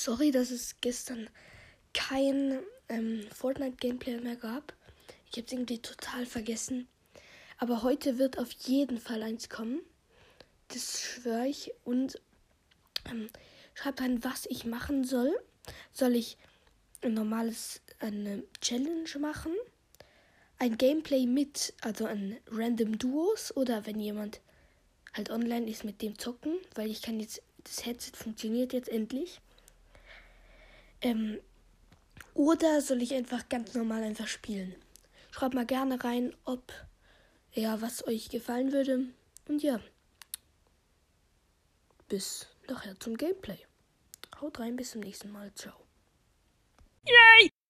Sorry, dass es gestern kein Fortnite-Gameplay mehr gab. Ich habe es irgendwie total vergessen. Aber heute wird auf jeden Fall eins kommen. Das schwöre ich. Und schreibt rein, was ich machen soll. Soll ich eine Challenge machen? Ein Gameplay mit, also ein Random Duos, oder wenn jemand halt online ist, mit dem zocken, weil ich kann jetzt, das Headset funktioniert jetzt endlich. Oder soll ich einfach ganz normal einfach spielen? Schreibt mal gerne rein, ob was euch gefallen würde. Und ja, bis nachher zum Gameplay. Haut rein, bis zum nächsten Mal. Ciao. Yay!